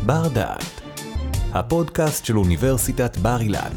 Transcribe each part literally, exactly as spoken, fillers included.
בר דעת, הפודקאסט של אוניברסיטת בר אילן.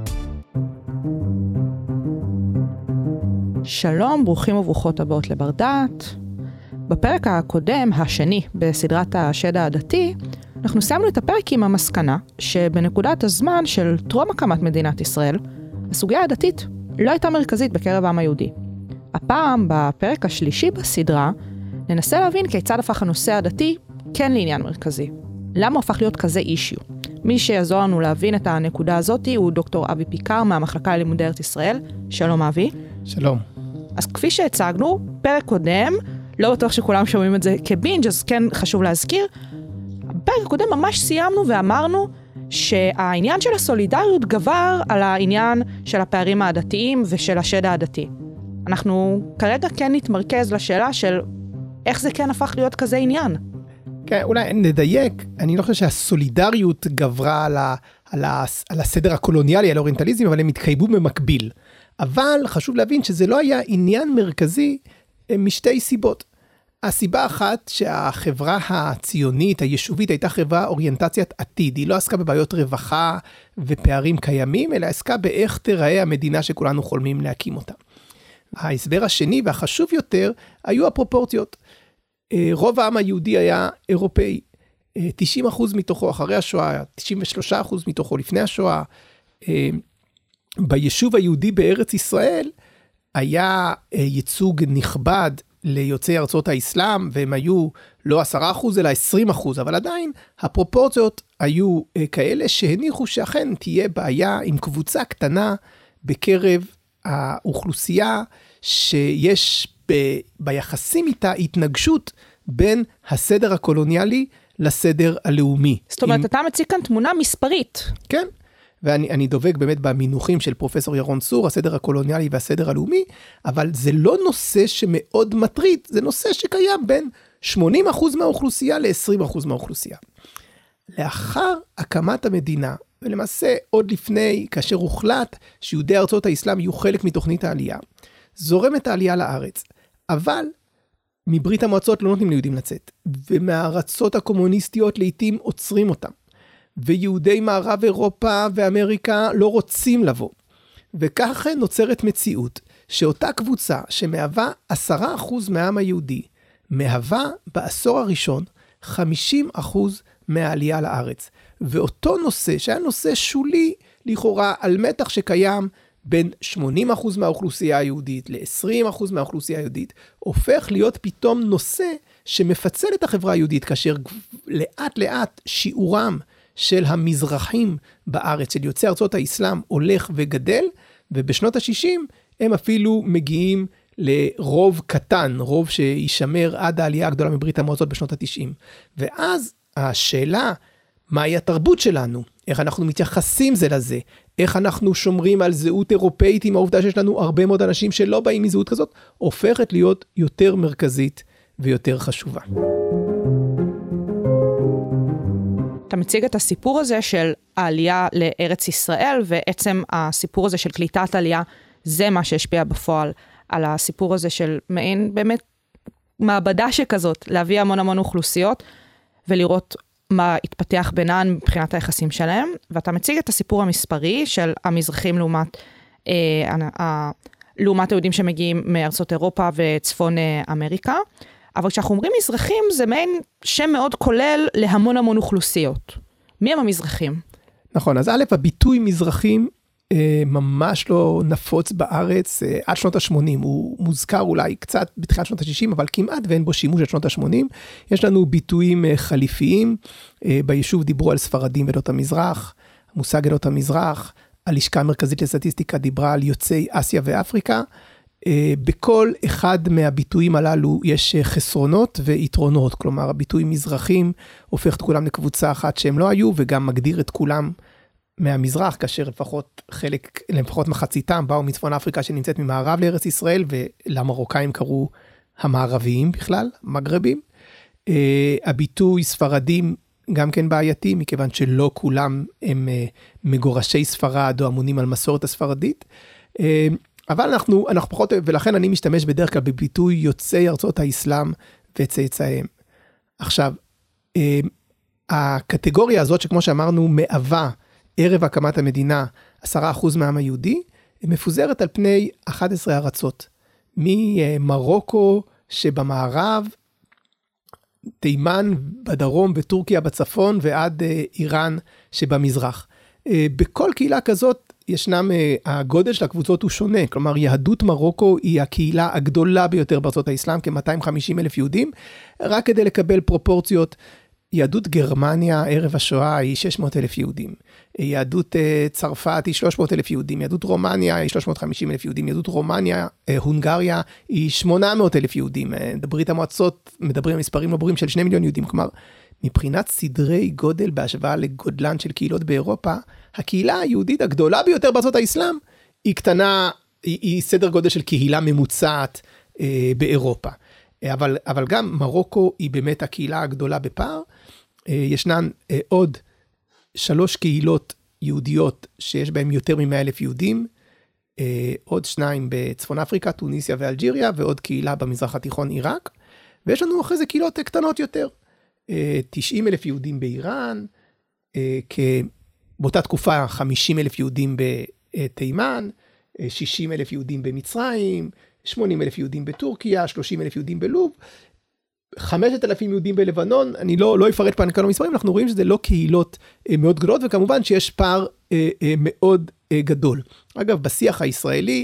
שלום, ברוכים וברוכות הבאות לבר דעת. בפרק הקודם, השני, בסדרת השד העדתי, אנחנו סיימנו את הפרק עם המסקנה שבנקודת הזמן של טרום הקמת מדינת ישראל, הסוגיה העדתית לא הייתה מרכזית בקרב העם היהודי. הפעם, בפרק השלישי בסדרה, ננסה להבין כיצד הפך הנושא העדתי כן לעניין מרכזי. למה הוא הפך להיות כזה אישיו? מי שיעזור לנו להבין את הנקודה הזאת הוא דוקטור אבי פיקר מהמחלקה ללימודי ארץ ישראל. שלום אבי. שלום. אז כפי שהצגנו, פרק קודם, לא בטוח שכולם שומעים את זה כבינג', אז כן חשוב להזכיר, בפרק הקודם ממש סיימנו ואמרנו שהעניין של הסולידריות גבר על העניין של הפערים העדתיים ושל השד העדתי. אנחנו כרגע כן נתמרכז לשאלה של איך זה כן הפך להיות כזה עניין. כן, אולי נדייק, אני לא חושב שהסולידריות גברה על, ה, על, ה, על הסדר הקולוניאלי, על האוריינטליזם, אבל הם התקיימו במקביל. אבל חשוב להבין שזה לא היה עניין מרכזי משתי סיבות. הסיבה אחת שהחברה הציונית, היישובית, הייתה חברה אוריינטציית עתיד. היא לא עסקה בבעיות רווחה ופערים קיימים, אלא עסקה באיך תיראה המדינה שכולנו חולמים להקים אותה. ההסבר השני והחשוב יותר היו הפרופורציות. רוב העם היהודי היה אירופאי. תשעים אחוז מתוכו אחרי השואה, תשעים ושלושה אחוז מתוכו לפני השואה. ביישוב היהודי בארץ ישראל היה ייצוג נכבד ליוצאי ארצות האסלאם, והם היו לא עשרה אחוז אלא עשרים אחוז, אבל עדיין הפרופורציות היו כאלה שהניחו שאכן תהיה בעיה עם קבוצה קטנה בקרב האוכלוסייה, שיש ב, ביחסים איתה התנגשות בין הסדר הקולוניאלי לסדר הלאומי. זאת אומרת, עם... אתה מציג כאן תמונה מספרית. כן, ואני אני דובק באמת במינוחים של פרופסור ירון צור, הסדר הקולוניאלי והסדר הלאומי, אבל זה לא נושא שמאוד מטריד, זה נושא שקיים בין שמונים אחוז מהאוכלוסייה ל-עשרים אחוז מהאוכלוסייה. לאחר הקמת המדינה, ולמעשה עוד לפני, כאשר הוחלט שיהודי ארצות האסלאם יהיו חלק מתוכנית העלייה, זורמת העלייה לארץ, אבל מברית המועצות לא נותנים ליהודים לצאת, ומהארצות הקומוניסטיות לעתים עוצרים אותם, ויהודי מערב אירופה ואמריקה לא רוצים לבוא, וכך נוצרת מציאות, שאותה קבוצה שמהווה עשרה אחוז מהעם היהודי, מהווה בעשור הראשון חמישים אחוז מהעלייה לארץ, ואותו נושא, שהיה נושא שולי לכאורה על מתח שקיים בין שמונים אחוז מהאוכלוסייה היהודית ל-עשרים אחוז מהאוכלוסייה היהודית, הופך להיות פתאום נושא שמפצל את החברה היהודית, כאשר לאט לאט שיעורם של המזרחים בארץ, של יוצאי ארצות האסלאם, הולך וגדל, ובשנות ה-שישים הם אפילו מגיעים לרוב קטן, רוב שישמר עד העלייה הגדולה מברית המועצות בשנות ה-תשעים. ואז השאלה, מהי התרבות שלנו? איך אנחנו מתייחסים זה לזה? איך אנחנו שומרים על זהות אירופאית עם העובדה שיש לנו הרבה מאוד אנשים שלא באים מזהות כזאת, הופכת להיות יותר מרכזית ויותר חשובה. אתה מציג את הסיפור הזה של העלייה לארץ ישראל, ועצם הסיפור הזה של קליטת עלייה, זה מה שהשפיע בפועל על הסיפור הזה של מעין באמת מעבדה שכזאת, להביא המון המון אוכלוסיות, ולראות מה התפתח בינן מבחינת היחסים שלהם, ואתה מציג את הסיפור המספרי של המזרחים לעומת, אה, לעומת היהודים שמגיעים מארצות אירופה וצפון אמריקה, אבל כשאנחנו אומרים מזרחים, זה מעין שם מאוד כולל להמון המון אוכלוסיות. מי הם המזרחים? נכון, אז א', הביטוי מזרחים אה, ממש לא נפוץ בארץ אה, עד שנות ה-שמונים. הוא מוזכר אולי קצת בתחילת שנות ה-שישים, אבל כמעט ואין בו שימוש עד שנות ה-שמונים. יש לנו ביטויים אה, חליפיים. אה, ביישוב דיברו על ספרדים ועדות המזרח, המושג עדות המזרח, הלשכה המרכזית לסטטיסטיקה דיברה על יוצאי אסיה ואפריקה. בכל אחד מהביטויים הללו יש חסרונות ויתרונות, כלומר הביטוי מזרחים הופך את כולם לקבוצה אחת שהם לא היו, וגם מגדיר את כולם מהמזרח, כאשר לפחות חלק, לפחות מחציתם באו מצפון אפריקה שנמצאת ממערב לארץ ישראל, ולמרוקאים קראו המערביים בכלל, מגרבים. הביטוי ספרדים גם כן בעייתי, מכיוון שלא כולם הם מגורשי ספרד או אמונים על מסורת הספרדית, אבל אנחנו, אנחנו פחות, ולכן אני משתמש בדרך כלל בביטוי יוצאי ארצות האסלאם וצאצאיהם. עכשיו, הקטגוריה הזאת, שכמו שאמרנו, מהווה ערב הקמת המדינה עשרה אחוז מהעם היהודי, מפוזרת על פני אחת עשרה ארצות. ממרוקו שבמערב, תימן בדרום וטורקיה בצפון, ועד איראן שבמזרח. בכל קהילה כזאת ישנם, הגודל של הקבוצות הוא שונה, כלומר יהדות מרוקו היא הקהילה הגדולה ביותר בארצות האסלאם, כ-מאתיים וחמישים אלף יהודים, רק כדי לקבל פרופורציות, יהדות גרמניה ערב השואה היא שש מאות אלף יהודים, יהדות צרפת היא שלוש מאות אלף יהודים, יהדות רומניה היא שלוש מאות וחמישים אלף יהודים, יהדות רומניה, הונגריה היא שמונה מאות אלף יהודים, ברית המועצות מדברים על מספרים מבורים של שני מיליון יהודים, כלומר מבחינת סדרי גודל בהשוואה לגודלן של קהילות באירופה, הקהילה היהודית הגדולה ביותר בארצות האסלאם היא קטנה, היא, היא סדר גודל של קהילה ממוצעת אה, באירופה. אבל, אבל גם מרוקו היא באמת הקהילה הגדולה בפער. אה, ישנן אה, עוד שלוש קהילות יהודיות שיש בהן יותר מ-מאה אלף יהודים, אה, עוד שניים בצפון אפריקה, טוניסיה ואלג'יריה, ועוד קהילה במזרח התיכון עיראק, ויש לנו אחרי זה קהילות קטנות יותר. תשעים אלף יהודים באיראן, באותה תקופה חמישים אלף יהודים בתימן, שישים אלף יהודים במצרים, שמונים אלף יהודים בטורקיה, שלושים אלף יהודים בלוב, חמשת אלפים יהודים בלבנון, אני לא, לא אפרט פה כאן המספרים, אנחנו רואים שזה לא קהילות מאוד גדולות, וכמובן שיש פער מאוד גדול. אגב, בשיח הישראלי,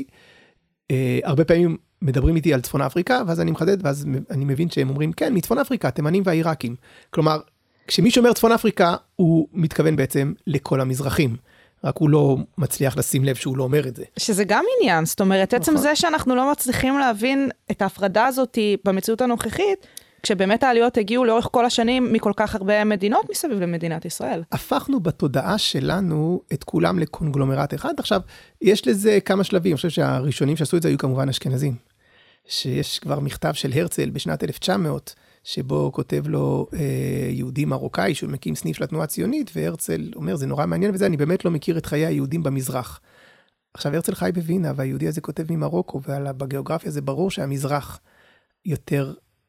הרבה פעמים מדברים איתי על צפון אפריקה, ואז אני מחדד, ואז אני מבין שהם אומרים, כן, מצפון אפריקה, תימנים והעיראקים. כלומר, כשמישהו אומר צפון אפריקה, הוא מתכוון בעצם לכל המזרחים. רק הוא לא מצליח לשים לב שהוא לא אומר את זה. שזה גם עניין, זאת אומרת, עצם נכון. זה שאנחנו לא מצליחים להבין את ההפרדה הזאת במציאות הנוכחית, כשבאמת העליות הגיעו לאורך כל השנים מכל כך הרבה מדינות מסביב למדינת ישראל. הפכנו בתודעה שלנו את כולם לקונגלומרט אחד. עכשיו, יש לזה כמה שלבים. אני חושב שהראשונים שעשו את זה היו כמובן אשכנזים. שיש כבר מכתב של הרצל בשנת אלף תשע מאות, שבו כותב לו אה, יהודי מרוקאי, שהוא מקים סניף של התנועה הציונית, והרצל אומר, זה נורא מעניין וזה, אני באמת לא מכיר את חיי היהודים במזרח. עכשיו, הרצל חי בווינה, והיהודי הזה כותב ממרוקו, ובגיאוגרפיה זה ברור שהמזרח יותר,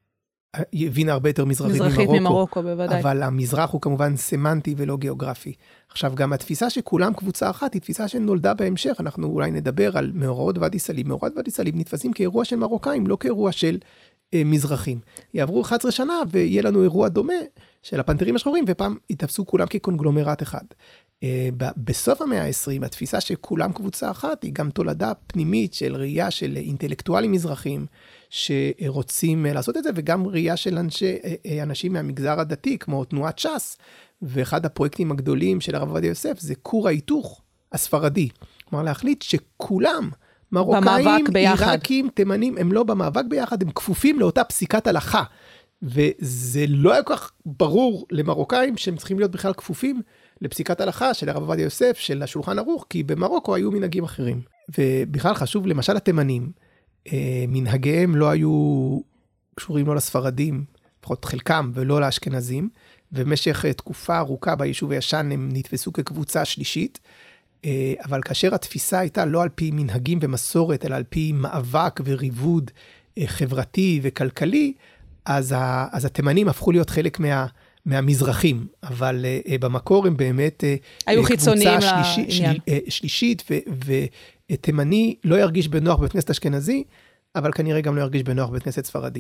וינה הרבה יותר מזרחית ממרוקו. מזרחית ממרוקו, בוודאי. אבל המזרח הוא כמובן סמנטי ולא גיאוגרפי. עכשיו, גם התפיסה שכולם קבוצה אחת, היא תפיסה שנולדה בהמשך, אנחנו אולי נדבר על מאורעות ואדי סאליב. מאורעות ואדי סאליב נתפסים כאירוע של מרוקאים, לא כאירוע של אה, מזרחים. יעברו אחת עשרה שנה, ויהיה לנו אירוע דומה של הפנתרים השחורים, ופעם יתפסו כולם כקונגלומרט אחד. אה, בסוף המאה ה-עשרים, התפיסה שכולם קבוצה אחת, היא גם תולדה פנימית של ראייה של אינטלקטואלים מזרחים, שרוצים לעשות את זה, וגם ראייה של אנשי, אנשים מהמגזר הדתי, כמו תנועת ש"ס, ואחד הפרויקטים הגדולים של הרב עובדיה יוסף, זה כור ההיתוך הספרדי. כלומר, להחליט שכולם, מרוקאים, עיראקים, תימנים, הם לא במאבק ביחד, הם כפופים לאותה פסיקת הלכה. וזה לא היה כל כך ברור למרוקאים, שהם צריכים להיות בכלל כפופים לפסיקת הלכה של הרב עובדיה יוסף, של השולחן ערוך, כי במרוקו היו מנהגים אחרים. ובכלל חשוב, למשל התימנים, מנהגיהם לא היו קשורים לא לספרדים, לפחות חלקם, ולא לאשכנזים, ובמשך תקופה ארוכה ביישוב הישן הם נתפסו כקבוצה שלישית, אבל כאשר התפיסה הייתה לא על פי מנהגים ומסורת, אלא על פי מאבק וריבוד חברתי וכלכלי, אז, ה, אז התימנים הפכו להיות חלק מה, מהמזרחים, אבל במקור הם באמת היו חיצוניים שלישי, של, שלישית, ו, ותימני לא ירגיש בנוח בבית כנסת אשכנזי, אבל כנראה גם לא ירגיש בנוח בבית כנסת ספרדי.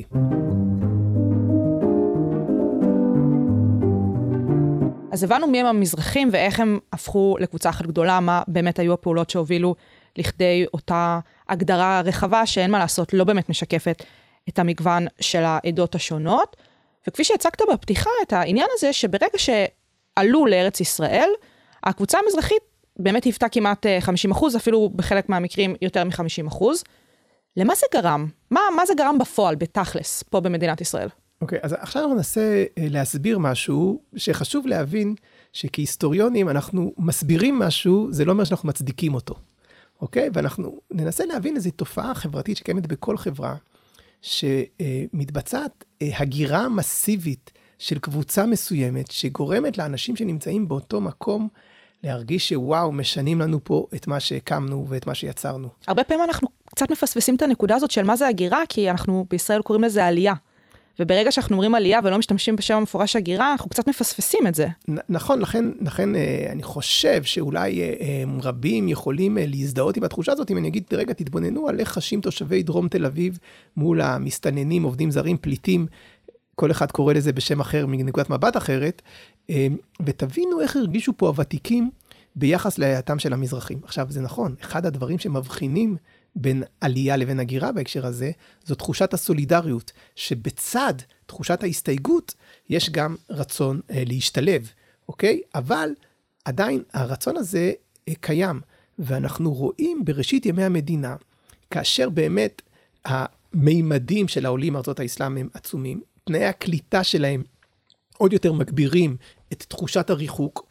אז הבנו מי הם המזרחים ואיך הם הפכו לקבוצה אחת גדולה, מה באמת היו הפעולות שהובילו לכדי אותה הגדרה רחבה, שאין מה לעשות, לא באמת משקפת את המגוון של העדות השונות. וכפי שהצגת בפתיחה את העניין הזה, שברגע שעלו לארץ ישראל, הקבוצה המזרחית באמת היוותה כמעט חמישים אחוז, אפילו בחלק מהמקרים יותר מ-חמישים אחוז. למה זה גרם? מה, מה זה גרם בפועל, בתכלס, פה במדינת ישראל? אוקיי, אז עכשיו אנחנו ננסה להסביר משהו, שחשוב להבין שכהיסטוריונים אנחנו מסבירים משהו, זה לא אומר שאנחנו מצדיקים אותו. אוקיי? ואנחנו ננסה להבין איזו תופעה חברתית שקיימת בכל חברה, שמתבצעת הגירה מסיבית של קבוצה מסוימת, שגורמת לאנשים שנמצאים באותו מקום, להרגיש שוואו, משנים לנו פה את מה שהקמנו ואת מה שיצרנו. הרבה פעמים אנחנו קצת מפספסים את הנקודה הזאת של מה זה הגירה, כי אנחנו בישראל קוראים לזה עלייה. וברגע שאנחנו אומרים עלייה ולא משתמשים בשם המפורש הגירה, אנחנו קצת מפספסים את זה. נכון, לכן, לכן אני חושב שאולי רבים יכולים להזדהות עם התחושה הזאת, אם אני אגיד, רגע, תתבוננו על איך חשים תושבי דרום תל אביב מול המסתננים, עובדים זרים, פליטים, כל אחד קורא לזה בשם אחר, מנקודת מבט אחרת, ותבינו איך הרגישו פה הוותיקים ביחס להיותם של המזרחים. עכשיו, זה נכון, אחד הדברים שמבחינים בין עלייה לבין הגירה בהקשר הזה, זו תחושת הסולידריות, שבצד תחושת ההסתייגות, יש גם רצון אה, להשתלב, אוקיי? אבל עדיין הרצון הזה אה, קיים, ואנחנו רואים בראשית ימי המדינה, כאשר באמת המימדים של העולים מארצות האסלאם הם עצומים, תנאי הקליטה שלהם עוד יותר מגבירים את תחושת הריחוק,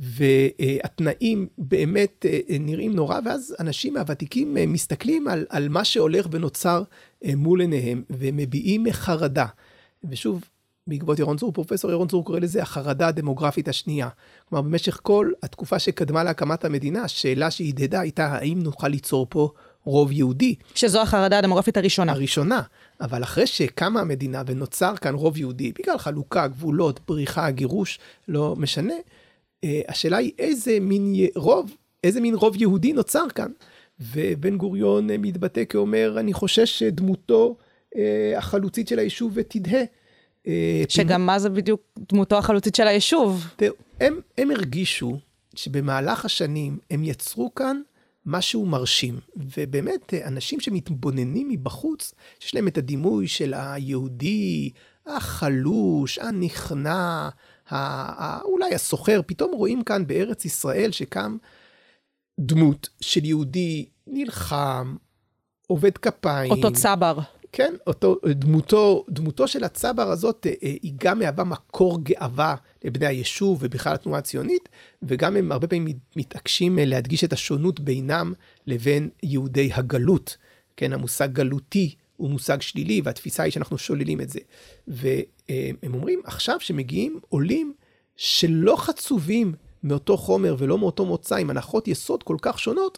והתנאים באמת נראים נורא, ואז אנשים מהוותיקים מסתכלים על, על מה שהולך ונוצר מול עיניהם, ומביעים חרדה. ושוב, בעקבות ירון צור, פרופסור ירון צור קורא לזה החרדה הדמוגרפית השנייה. כלומר, במשך כל התקופה שקדמה להקמת המדינה, השאלה שהתהדהדה הייתה, האם נוכל ליצור פה רוב יהודי? שזו החרדה הדמוגרפית הראשונה. הראשונה. אבל אחרי שקמה המדינה ונוצר כאן רוב יהודי, בגלל חלוקה, גבולות, בריחה, גירוש, לא משנה, השאלה היא איזה מין רוב, איזה מין רוב יהודי נוצר כאן. ובן גוריון מתבטא כאומר, אני חושש שדמותו החלוצית של היישוב תדהה. שגם מה זה בדיוק דמותו החלוצית של היישוב? הם, הם הרגישו שבמהלך השנים הם יצרו כאן משהו מרשים. ובאמת אנשים שמתבוננים מבחוץ, שיש להם את הדימוי של היהודי, החלוש, הנכנע, אולי הסוחר, פתאום רואים כאן בארץ ישראל שקם דמות של יהודי נלחם, עובד כפיים. אותו צבר. כן, אותו, דמותו, דמותו של הצבר הזאת היא גם מהווה מקור גאווה לבני היישוב ובכלל התנועה הציונית, וגם הם הרבה פעמים מתעקשים להדגיש את השונות בינם לבין יהודי הגלות. כן, המושג גלותי הוא מושג שלילי, והתפיסה היא שאנחנו שוללים את זה. והם אומרים, עכשיו שמגיעים עולים שלא חצובים מאותו חומר ולא מאותו מוצא, עם הנחות יסוד כל כך שונות,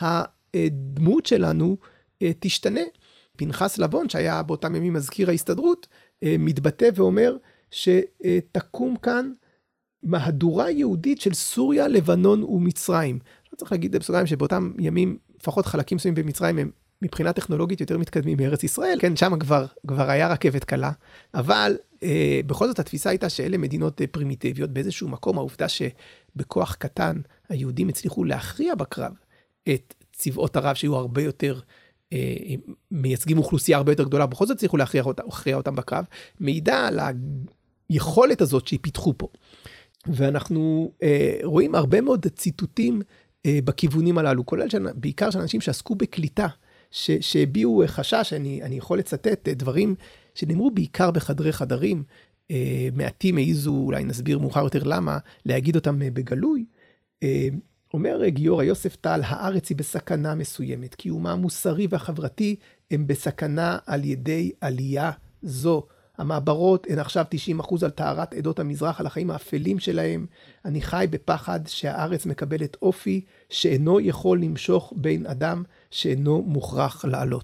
הדמות שלנו תשתנה. פנחס לבון, שהיה באותם ימים מזכיר ההסתדרות, מתבטא ואומר שתקום כאן מהדורה יהודית של סוריה, לבנון ומצרים. לא צריך להגיד בסוגריים שבאותם ימים, לפחות חלקים מסוימים במצרים הם מבחינה טכנולוגית יותר מתקדמים מארץ ישראל, כן, שם כבר, כבר היה רכבת קלה, אבל אה, בכל זאת התפיסה הייתה שאלה מדינות אה, פרימיטיביות, באיזשהו מקום העובדה שבכוח קטן היהודים הצליחו להכריע בקרב את צבאות ערב שהיו הרבה יותר, אה, מייצגים אוכלוסייה הרבה יותר גדולה, בכל זאת הצליחו להכריע אותם, להכריע אותם בקרב, מעידה על היכולת הזאת שפיתחו פה. ואנחנו אה, רואים הרבה מאוד ציטוטים אה, בכיוונים הללו, כולל של, בעיקר של אנשים שעסקו בקליטה, שהביאו חשש, אני, אני יכול לצטט דברים שנאמרו בעיקר בחדרי חדרים, מעטים העיזו, אולי נסביר מאוחר יותר למה, להגיד אותם בגלוי. אומר גיורא יוסף טל, הארץ היא בסכנה מסוימת, קיומה המוסרי והחברתי הם בסכנה על ידי עלייה זו. המעברות הן עכשיו תשעים אחוז על טהרת עדות המזרח, על החיים האפלים שלהם. אני חי בפחד שהארץ מקבלת אופי שאינו יכול למשוך בין אדם שאינו מוכרח לעלות.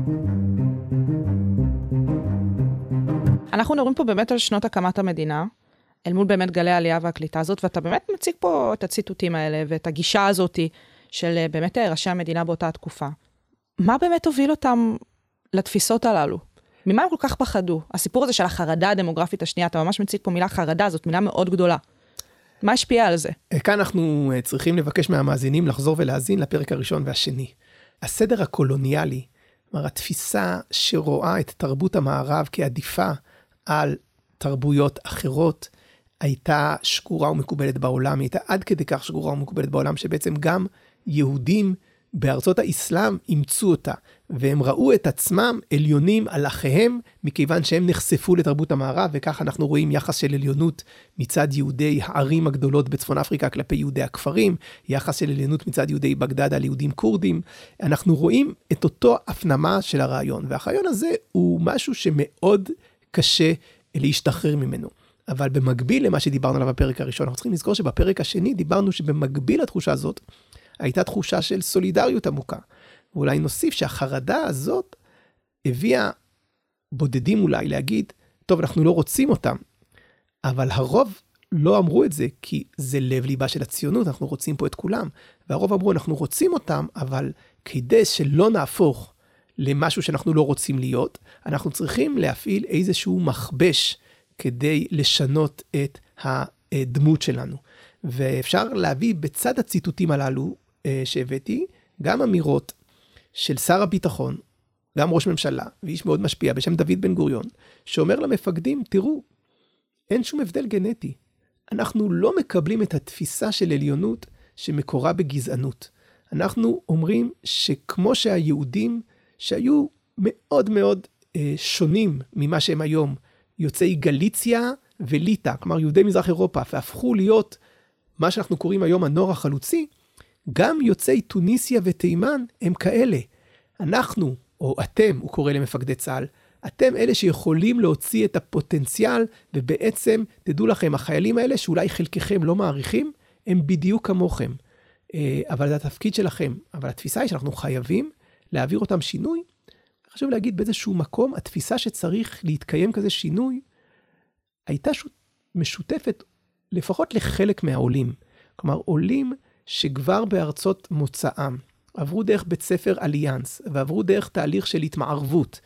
אנחנו מדברים פה באמת על שנות הקמת המדינה, אל מול באמת גלי העלייה והקליטה הזאת, ואתה באמת מציג פה את הציטוטים האלה, ואת הגישה הזאת של באמת ראשי המדינה באותה התקופה. מה באמת הוביל אותם לתפיסות הללו? ממה הם כל כך פחדו? הסיפור הזה של החרדה הדמוגרפית השנייה, אתה ממש מציג פה מילה חרדה, זאת מילה מאוד גדולה. מה השפיע על זה? כאן אנחנו צריכים לבקש מהמאזינים לחזור ולהאזין לפרק הראשון והשני. הסדר הקולוניאלי, כלומר התפיסה שרואה את תרבות המערב כעדיפה על תרבויות אחרות, הייתה שגורה ומקובלת בעולם, הייתה עד כדי כך שגורה ומקובלת בעולם, שבעצם גם יהודים בארצות האסלאם אימצו אותה, והם ראו את עצמם עליונים על אחיהם, מכיוון שהם נחשפו לתרבות המערב, וכך אנחנו רואים יחס של עליונות מצד יהודי הערים הגדולות בצפון אפריקה כלפי יהודי הכפרים, יחס של עליונות מצד יהודי בגדד על יהודים קורדים. אנחנו רואים את אותו הפנמה של הרעיון, והרעיון הזה הוא משהו שמאוד קשה להשתחרר ממנו. אבל במקביל למה שדיברנו עליו בפרק הראשון, אנחנו צריכים לזכור שבפרק השני דיברנו שבמקביל לתחושה הזאת, הייתה תחושה של סולידריות עמוקה. ואולי נוסיף שהחרדה הזאת הביאה בודדים אולי להגיד, טוב, אנחנו לא רוצים אותם, אבל הרוב לא אמרו את זה, כי זה לב ליבה של הציונות, אנחנו רוצים פה את כולם, והרוב אמרו, אנחנו רוצים אותם, אבל כדי שלא נהפוך למשהו שאנחנו לא רוצים להיות, אנחנו צריכים להפעיל איזשהו מכבש, כדי לשנות את הדמות שלנו. ואפשר להביא בצד הציטוטים הללו שהבאתי, גם אמירות של שר הביטחון, גם ראש ממשלה, ואיש מאוד משפיע בשם דוד בן גוריון, שאומר למפקדים, תראו, אין שום הבדל גנטי. אנחנו לא מקבלים את התפיסה של עליונות שמקורה בגזענות. אנחנו אומרים שכמו שהיהודים שהיו מאוד מאוד אה, שונים ממה שהם היום, יוצאי גליציה וליטא, כלומר יהודי מזרח אירופה, והפכו להיות מה שאנחנו קוראים היום הנוער החלוצי, גם יוצאי טוניסיה ותימן הם כאלה. אנחנו, או אתם, הוא קורא למפקדי צה"ל, אתם אלה שיכולים להוציא את הפוטנציאל, ובעצם, תדעו לכם, החיילים האלה שאולי חלקכם לא מעריכים, הם בדיוק כמוכם. אבל זה התפקיד שלכם. אבל התפיסה היא שאנחנו חייבים להעביר אותם שינוי. חשוב להגיד באיזשהו מקום, התפיסה שצריך להתקיים כזה שינוי, הייתה משותפת לפחות לחלק מהעולים. כלומר, עולים שכבר בארצות מוצאם, עברו דרך בית ספר אליאנס, ועברו דרך תהליך של התמערבות,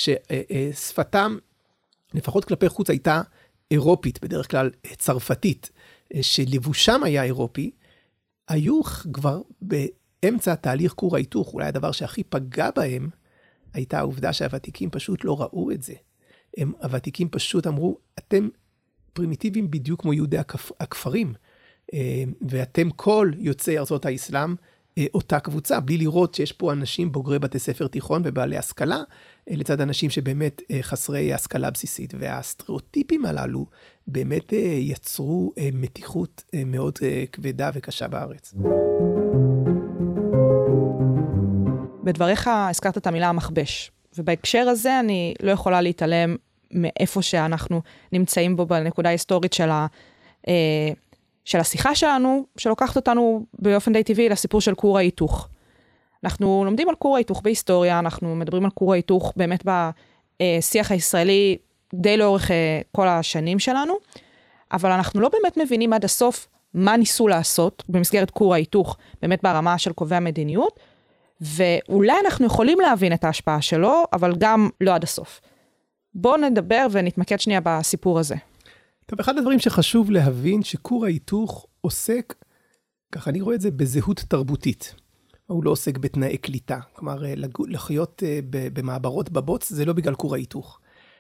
ששפתם, לפחות כלפי חוץ, הייתה אירופית, בדרך כלל צרפתית, שלבושם היה אירופי, היו כבר באמצע התהליך כור ההיתוך, אולי הדבר שהכי פגע בהם, הייתה העובדה שהוותיקים פשוט לא ראו את זה. הם, הוותיקים פשוט אמרו, אתם פרימיטיביים בדיוק כמו יהודי הכפ, הכפרים, ואתם כל יוצאי ארצות האסלאם, אותה קבוצה, בלי לראות שיש פה אנשים בוגרי בתי ספר תיכון ובעלי השכלה, לצד אנשים שבאמת חסרי השכלה בסיסית, והסטריאוטיפים הללו באמת יצרו מתיחות מאוד כבדה וקשה בארץ. בדבריך הזכרת את המילה המכבש, ובהקשר הזה אני לא יכולה להתעלם מאיפה שאנחנו נמצאים בו בנקודה ההיסטורית של ה... של השיחה שלנו, שלוקחת אותנו באופן די טבעי לסיפור של כור ההיתוך. אנחנו לומדים על כור ההיתוך בהיסטוריה, אנחנו מדברים על כור ההיתוך באמת בשיח הישראלי די לאורך כל השנים שלנו, אבל אנחנו לא באמת מבינים עד הסוף מה ניסו לעשות במסגרת כור ההיתוך, באמת ברמה של קובעי המדיניות, ואולי אנחנו יכולים להבין את ההשפעה שלו, אבל גם לא עד הסוף. בואו נדבר ונתמקד שנייה בסיפור הזה. טוב, אחד הדברים שחשוב להבין שכור ההיתוך עוסק, ככה אני רואה את זה, בזהות תרבותית. הוא לא עוסק בתנאי קליטה. כלומר, לחיות במעברות בבוץ זה לא בגלל כור ההיתוך.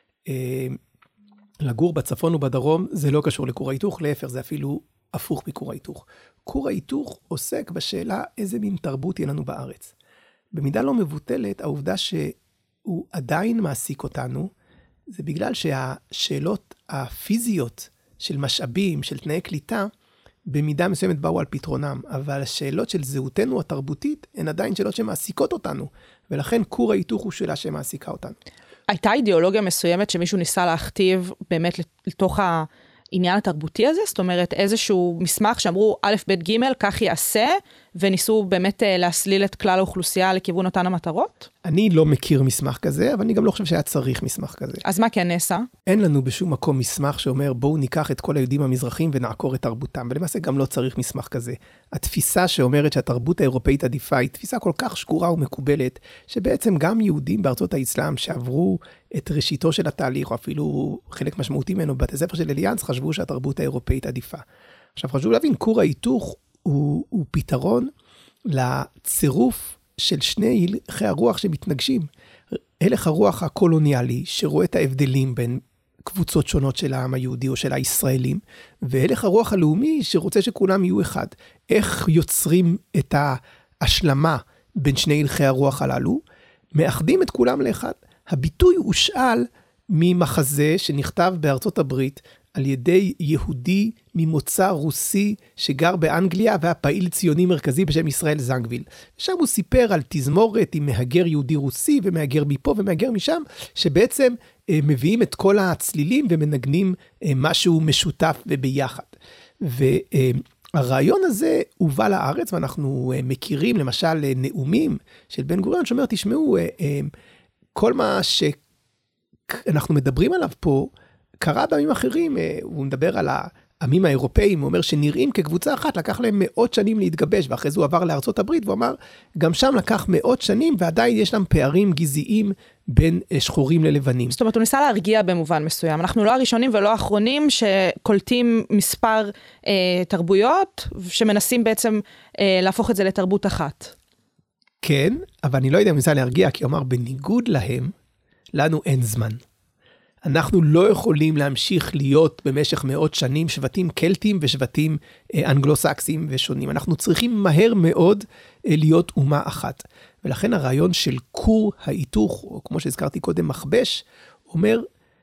לגור בצפון ובדרום זה לא קשור לכור ההיתוך, להפך זה אפילו הפוך מכור ההיתוך. כור ההיתוך עוסק בשאלה איזה מין תרבות יהיה לנו בארץ. במידה לא מבוטלת, העובדה שהוא עדיין מעסיק אותנו, זה בגלל שהשאלות הפיזיות של משאבים, של תנאי קליטה, במידה מסוימת באו על פתרונם, אבל השאלות של זהותנו התרבותית, הן עדיין שאלות שמעסיקות אותנו, ולכן כור ההיתוך הוא שאלה שמעסיקה אותנו. הייתה אידיאולוגיה מסוימת שמישהו ניסה להכתיב באמת לתוך העניין התרבותי הזה? זאת אומרת, איזשהו מסמך שאמרו א', ב', ג', כך יעשה, וניסו באמת להסליל את כלל האוכלוסייה לכיוון אותן המטרות? אני לא מכיר מסמך כזה, אבל אני גם לא חושב שהיה צריך מסמך כזה. אז מה כן נעשה? אין לנו בשום מקום מסמך שאומר, בואו ניקח את כל היהודים המזרחים ונעקור את תרבותם, ולמעשה גם לא צריך מסמך כזה. התפיסה שאומרת שהתרבות האירופאית עדיפה, היא תפיסה כל כך שקורה ומקובלת, שבעצם גם יהודים בארצות האסלאם שעברו את ראשיתו של התהליך, או אפילו חלק משמעותי ממנו בבתי ספר של אליאנס, חשבו שהתרבות האירופאית עדיפה. עכשיו חשוב להבין, כור ההיתוך הוא, הוא פתרון לצירוף של שני הלכי הרוח שמתנגשים. הלך הרוח הקולוניאלי, שרואה את ההבדלים בין קבוצות שונות של העם היהודי או של הישראלים, והלך הרוח הלאומי שרוצה שכולם יהיו אחד. איך יוצרים את ההשלמה בין שני הלכי הרוח הללו? מאחדים את כולם לאחד. הביטוי הושאל ממחזה שנכתב בארצות הברית, על ידי יהודי ממוצא רוסי שגר באנגליה, והפעיל ציוני מרכזי בשם ישראל זנגוויל. שם הוא סיפר על תזמורת עם מהגר יהודי רוסי, ומהגר מפה ומהגר משם, שבעצם אה, מביאים את כל הצלילים ומנגנים אה, משהו משותף וביחד. והרעיון אה, הזה הובא לארץ, ואנחנו אה, מכירים למשל אה, נאומים של בן גוריון, שאומר, תשמעו, אה, אה, כל מה שאנחנו מדברים עליו פה, קרה בימים אחרים, הוא מדבר על העמים האירופאים, הוא אומר שנראים כקבוצה אחת, לקח להם מאות שנים להתגבש, ואחרי זה הוא עבר לארצות הברית, והוא אמר, גם שם לקח מאות שנים, ועדיין יש להם פערים גזעיים בין שחורים ללבנים. זאת אומרת, הוא ניסה להרגיע במובן מסוים. אנחנו לא הראשונים ולא האחרונים שקולטים מספר אה, תרבויות, שמנסים בעצם אה, להפוך את זה לתרבות אחת. כן, אבל אני לא יודע אם ניסה להרגיע, כי הוא אמר, בניגוד להם, לנו אין זמן. אנחנו לא יכולים להמשיך להיות במשך מאות שנים שבטים קלטים ושבטים אנגלוסקסים ושונים. אנחנו צריכים מהר מאוד להיות אומה אחת. ולכן הרעיון של כור ההיתוך, או כמו שהזכרתי קודם, מכבש, אומר,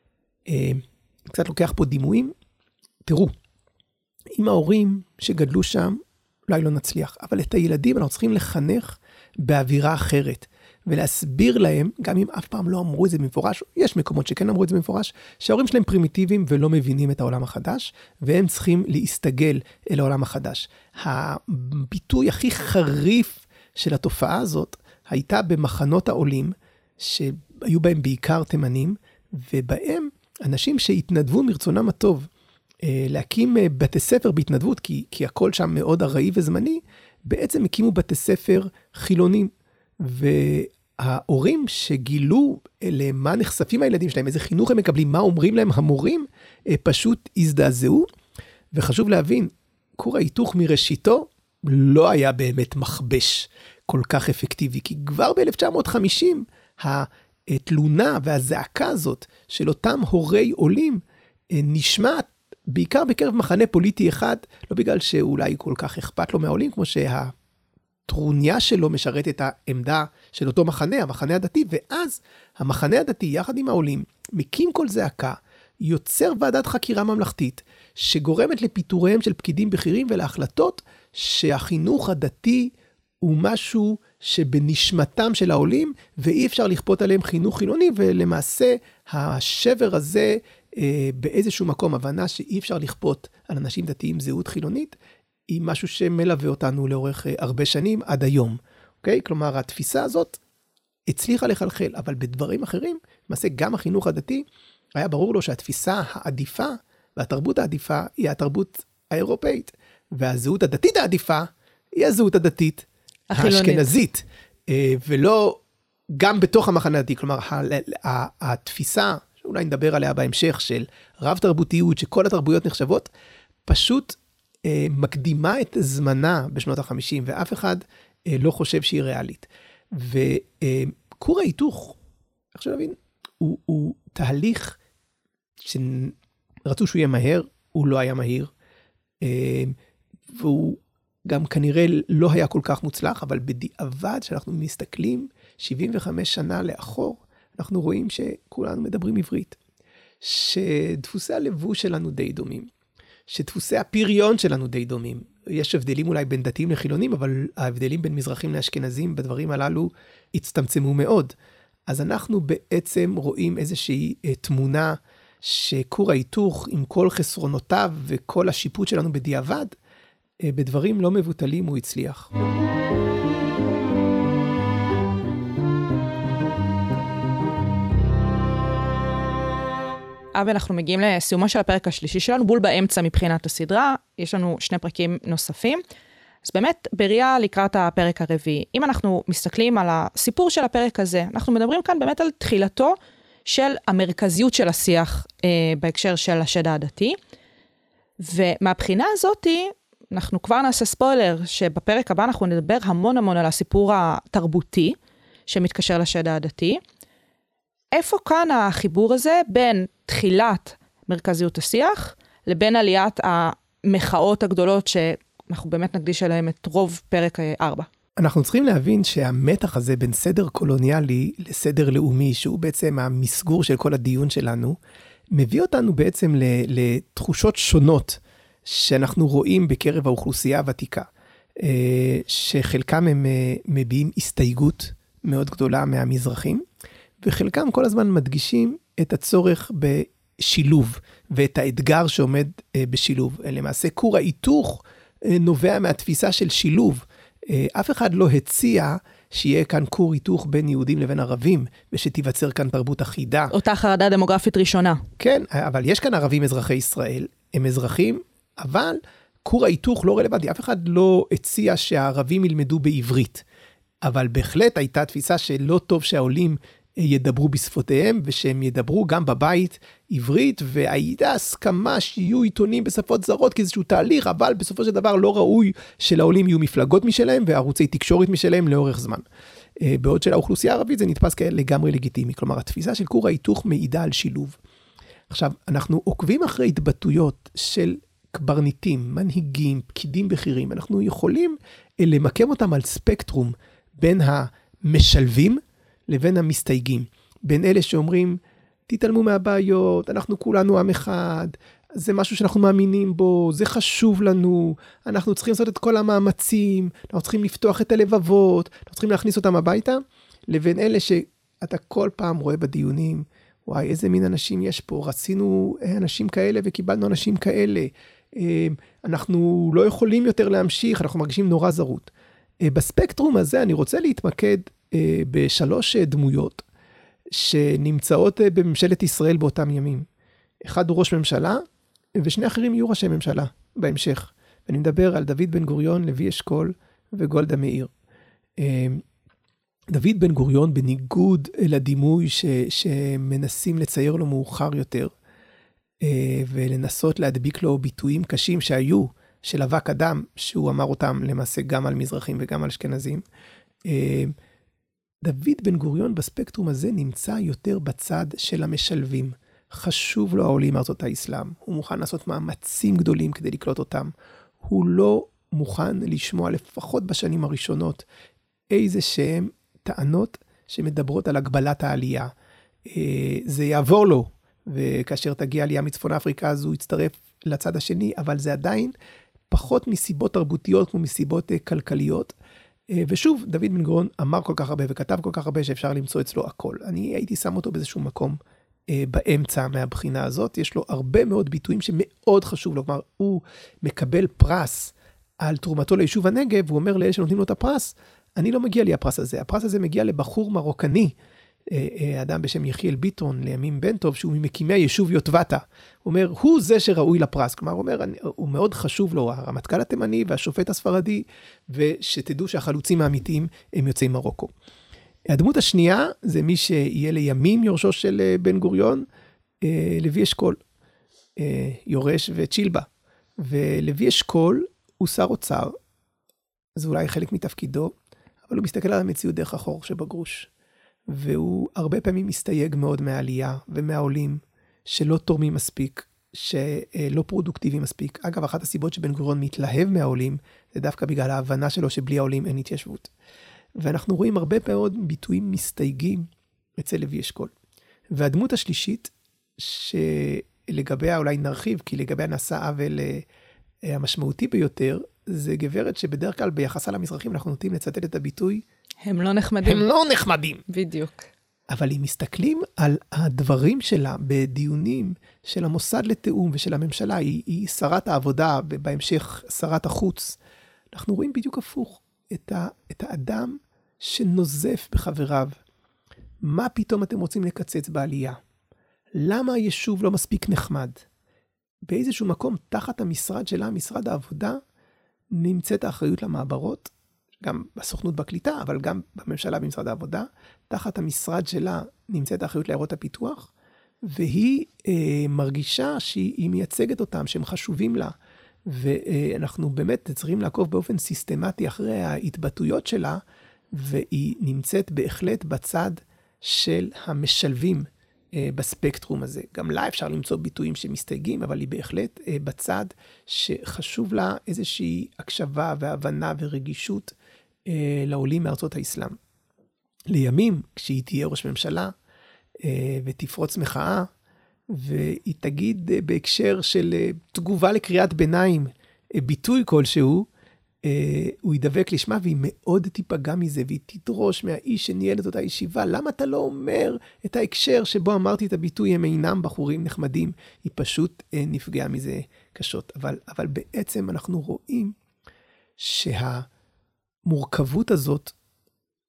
קצת לוקח פה דימויים, תראו, עם ההורים שגדלו שם, אולי לא נצליח, אבל את הילדים אנחנו צריכים לחנך באווירה אחרת. ולהסביר להם, גם אם אף פעם לא אמרו את זה במפורש, יש מקומות שכן אמרו את זה במפורש, שההורים שלהם פרימיטיביים ולא מבינים את העולם החדש, והם צריכים להסתגל אל העולם החדש. הביטוי הכי חריף של התופעה הזאת, הייתה במחנות העולים, שהיו בהם בעיקר תימנים, ובהם אנשים שהתנדבו מרצונם הטוב, להקים בתי ספר בהתנדבות, כי, כי הכל שם מאוד ארעי וזמני, בעצם הקימו בתי ספר חילונים, וההורים שגילו למה נחשפים הילדים שלהם, איזה חינוך הם מקבלים, מה אומרים להם המורים, פשוט הזדעזעו. וחשוב להבין, כור ההיתוך מראשיתו לא היה באמת מכבש כל כך אפקטיבי, כי כבר ב-אלף תשע מאות וחמישים התלונה והזעקה הזאת של אותם הורי עולים נשמעת בעיקר בקרב מחנה פוליטי אחד, לא בגלל שאולי כל כך אכפת לו מהעולים, כמו שה... טרוניה שלו משרת את העמדה של אותו מחנה, המחנה הדתי, ואז המחנה הדתי, יחד עם העולים, מקים כל זעקה, יוצר ועדת חקירה ממלכתית, שגורמת לפיטוריהם של פקידים בכירים ולהחלטות שהחינוך הדתי הוא משהו שבנשמתם של העולים, ואי אפשר לכפות עליהם חינוך חילוני, ולמעשה השבר הזה אה, באיזשהו מקום, הבנה שאי אפשר לכפות על אנשים דתיים זהות חילונית, היא משהו שמלווה אותנו לאורך הרבה שנים עד היום. אוקיי? כלומר, התפיסה הזאת הצליחה לחלחל, אבל בדברים אחרים, למעשה גם החינוך הדתי, היה ברור לו שהתפיסה העדיפה, והתרבות העדיפה, היא התרבות האירופאית, והזהות הדתית העדיפה, היא הזהות הדתית האשכנזית, ולא גם בתוך המחנה הדתי. כלומר, התפיסה, שאולי נדבר עליה בהמשך, של רב תרבותיות, שכל התרבויות נחשבות, פשוט מקדימה את זמנה בשנות ה-חמישים, ואף אחד לא חושב שהיא ריאלית. וכור ההיתוך, איך שנבין, הוא, הוא תהליך שרצו שהוא יהיה מהר, הוא לא היה מהיר, והוא גם כנראה לא היה כל כך מוצלח, אבל בדיעבד שאנחנו מסתכלים שבעים וחמש שנה לאחור, אנחנו רואים שכולנו מדברים עברית, שדפוסי הלבוש שלנו די דומים, שדפוסי הפריון שלנו די דומים. יש הבדלים אולי בין דתיים לחילונים, אבל ההבדלים בין מזרחים לאשכנזים בדברים הללו הצטמצמו מאוד. אז אנחנו בעצם רואים איזושהי תמונה שכור ההיתוך עם כל חסרונותיו וכל השיפוט שלנו בדיעבד, בדברים לא מבוטלים הוא הצליח. אבל אנחנו מגיעים לסיומו של הפרק השלישי שלנו, בול באמצע מבחינת הסדרה, יש לנו שני פרקים נוספים, אז באמת בראייה לקראת הפרק הרביעי, אם אנחנו מסתכלים על הסיפור של הפרק הזה, אנחנו מדברים כאן באמת על תחילתו של המרכזיות של השיח אה, בהקשר של השד העדתי, ומהבחינה הזאת, אנחנו כבר נעשה ספוילר, שבפרק הבא אנחנו נדבר המון המון על הסיפור התרבותי, שמתקשר לשד העדתי, איפה כאן החיבור הזה בין תחילת מרכזיות השיח, לבין עליית המחאות הגדולות שאנחנו באמת נקדיש עליהם את רוב פרק ארבע. אנחנו צריכים להבין שהמתח הזה בין סדר קולוניאלי לסדר לאומי, שהוא בעצם המסגור של כל הדיון שלנו, מביא אותנו בעצם לתחושות שונות שאנחנו רואים בקרב האוכלוסייה הוותיקה, שחלקם הם מביעים הסתייגות מאוד גדולה מהמזרחים, וחלקם כל הזמן מדגישים את הצורך בשילוב, ואת האתגר שעומד בשילוב. למעשה, כור ההיתוך נובע מהתפיסה של שילוב. אף אחד לא הציע שיהיה כאן כור היתוך בין יהודים לבין ערבים, ושתיווצר כאן תרבות אחידה. אותה חרדה דמוגרפית ראשונה. כן, אבל יש כאן ערבים אזרחי ישראל, הם אזרחים, אבל כור ההיתוך לא רלוונטי, אף אחד לא הציע שהערבים ילמדו בעברית, אבל בהחלט הייתה תפיסה שלא טוב שהעולים ידברו בשפותיהם, ושהם ידברו גם בבית עברית, והייתה הסכמה שיהיו עיתונים בשפות זרות כאיזשהו תהליך, אבל בסופו של דבר לא ראוי שלעולים יהיו מפלגות משלהם, וערוצי תקשורת משלהם לאורך זמן. בעוד של האוכלוסייה הערבית זה נתפס לגמרי לגיטימי, כלומר התפיסה של כור ההיתוך מעידה על שילוב. עכשיו, אנחנו עוקבים אחרי התבטאויות של קברניטים, מנהיגים, פקידים בכירים, אנחנו יכולים למקם אותם על ספקטרום בין המשלבים לבין המסתייגים, בין אלה שאומרים, תתעלמו מהבעיות, אנחנו כולנו עם אחד, זה משהו שאנחנו מאמינים בו, זה חשוב לנו, אנחנו צריכים לעשות את כל המאמצים, אנחנו צריכים לפתוח את הלבבות, אנחנו צריכים להכניס אותם הביתה, לבין אלה שאתה כל פעם רואה בדיונים, וואי, איזה מין אנשים יש פה, רצינו אנשים כאלה וקיבלנו אנשים כאלה, אנחנו לא יכולים יותר להמשיך, אנחנו מרגישים נורא זרות. בספקטרום הזה אני רוצה להתמקד בשלוש דמויות שנמצאות בממשלת ישראל באותם ימים. אחד הוא ראש ממשלה, ושני אחרים יהיו ראשי ממשלה בהמשך. ואני מדבר על דוד בן גוריון, לוי אשכול וגולדה מאיר. דוד בן גוריון, בניגוד לדימוי ש, שמנסים לצייר לו מאוחר יותר, ולנסות להדביק לו ביטויים קשים שהיו של אבק אדם, שהוא אמר אותם למעשה גם על מזרחים וגם על אשכנזים. דוד בן גוריון בספקטרום הזה נמצא יותר בצד של המשלבים. חשוב לו העולים מארצות האסלאם. הוא מוכן לעשות מאמצים גדולים כדי לקלוט אותם. הוא לא מוכן לשמוע לפחות בשנים הראשונות איזה שהם טענות שמדברות על הגבלת העלייה. זה יעבור לו, וכאשר תגיע עלייה מצפון אפריקה, אז הוא יצטרף לצד השני, אבל זה עדיין פחות מסיבות תרבותיות כמו מסיבות כלכליות. ושוב, דוד בן גוריון אמר כל כך הרבה וכתב כל כך הרבה שאפשר למצוא אצלו הכל. אני הייתי שם אותו באיזשהו מקום באמצע מהבחינה הזאת. יש לו הרבה מאוד ביטויים שמאוד חשוב לו. כלומר, הוא מקבל פרס על תרומתו ליישוב הנגב, והוא אומר לאלה שנותנים לו את הפרס, אני לא מגיע לי הפרס הזה. הפרס הזה מגיע לבחור מרוקני, אדם בשם יחיאל ביטון, לימים בן טוב, שהוא ממקימי היישוב יוטבתה. הוא אומר, הוא זה שראוי לפרס. כלומר, הוא אומר, אני, הוא מאוד חשוב לו, הרמטכ"ל התימני והשופט הספרדי, ושתדעו שהחלוצים האמיתיים הם יוצאי מרוקו. הדמות השנייה, זה מי שיהיה לימים יורשו של בן גוריון, לוי אשכול, יורש וצ'ילבה. ולוי אשכול הוא שר אוצר, זה אולי חלק מתפקידו, אבל הוא מסתכל על המציאות דרך החור שבגרוש. והוא הרבה פעמים מסתייג מאוד מהעלייה ומהעולים, שלא תורמים מספיק, שלא פרודוקטיביים מספיק. אגב, אחת הסיבות שבן גוריון מתלהב מהעולים, זה דווקא בגלל ההבנה שלו שבלי העולים אין התיישבות. ואנחנו רואים הרבה מאוד ביטויים מסתייגים אצל לוי אשכול. והדמות השלישית, שלגביה אולי נרחיב, כי לגביה נעשה עוול המשמעותי ביותר, זה גברת שבדרך כלל ביחסה למזרחים אנחנו נוטים לצטט את הביטוי, הם לא נחמדים. הם לא נחמדים. בדיוק. אבל אם מסתכלים על הדברים שלה בדיונים של המוסד לתאום ושל הממשלה, היא, היא שרת העבודה ובהמשך שרת החוץ, אנחנו רואים בדיוק הפוך את, ה, את האדם שנוזף בחבריו. מה פתאום אתם רוצים לקצץ בעלייה? למה היישוב לא מספיק נחמד? באיזשהו מקום תחת המשרד שלה, משרד העבודה, נמצאת האחריות למעברות, גם בסוכנות בקליטה, אבל גם בממשלה במשרד העבודה, תחת המשרד שלה נמצאת האחריות לעיירות הפיתוח, והיא אה, מרגישה שהיא מייצגת אותם, שהם חשובים לה, ואנחנו באמת צריכים לעקוב באופן סיסטמטי אחרי ההתבטאויות שלה, והיא נמצאת בהחלט בצד של המשלבים אה, בספקטרום הזה. גם לה אפשר למצוא ביטויים שמסתייגים, אבל היא בהחלט אה, בצד שחשוב לה איזושהי הקשבה והבנה ורגישות אה, לעולים מארצות האסלאם. לימים, כשהיא תהיה ראש ממשלה אה, ותפרוץ מחאה, והיא תגיד אה, בהקשר של אה, תגובה לקריאת ביניים, אה, ביטוי כלשהו, אה, הוא ידבק לשמה והיא מאוד תיפגע מזה, והיא תדרוש מהאיש שניהל את אותה ישיבה, למה אתה לא אומר את ההקשר שבו אמרתי את הביטוי, הם אינם בחורים נחמדים, היא פשוט אה, נפגעה מזה קשות. אבל, אבל בעצם אנחנו רואים שהמורכבות הזאת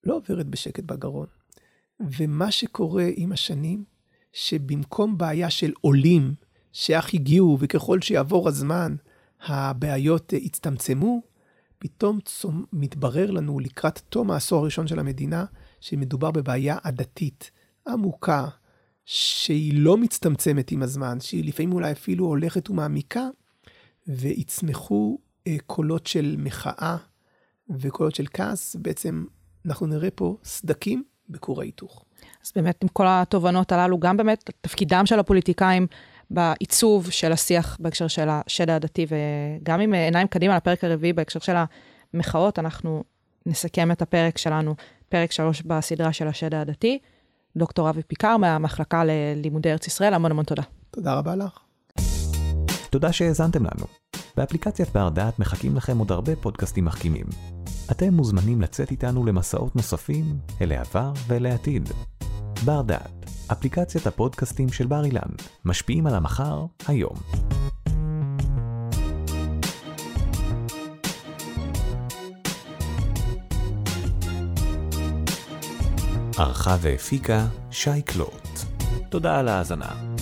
לא עוברת בשקט בגרון. ומה שקורה עם השנים, שבמקום בעיה של עולים, שאך הגיעו, וככל שיעבור הזמן, הבעיות הצטמצמו, פתאום צום, מתברר לנו לקראת תום העשור הראשון של המדינה, שמדובר בבעיה עדתית, עמוקה, שהיא לא מצטמצמת עם הזמן, שהיא לפעמים אולי אפילו הולכת ומעמיקה, ויצמחו אה, קולות של מחאה וקולות של כעס, בעצם אנחנו נראה פה סדקים בכור ההיתוך. אז באמת עם כל התובנות הללו, גם באמת תפקידם של הפוליטיקאים בעיצוב של השיח בהקשר של השד העדתי, וגם עם עיניים קדימה לפרק הרביעי בהקשר של המחאות, אנחנו נסכם את הפרק שלנו, פרק שלוש בסדרה של השד העדתי. דוקטור אבי פיקר מהמחלקה ללימודי ארץ ישראל, המון המון תודה. תודה רבה לך. תודה שהאזנתם לנו. באפליקציית בר דעת מחכים לכם עוד הרבה פודקאסטים מחכימים. אתם מוזמנים לצאת איתנו למסעות נוספים אל העבר ואל העתיד. בר דעת, אפליקציית הפודקאסטים של בר אילן, משפיעים על המחר היום. ערכה והפיקה שי קלוט. תודה על ההאזנה.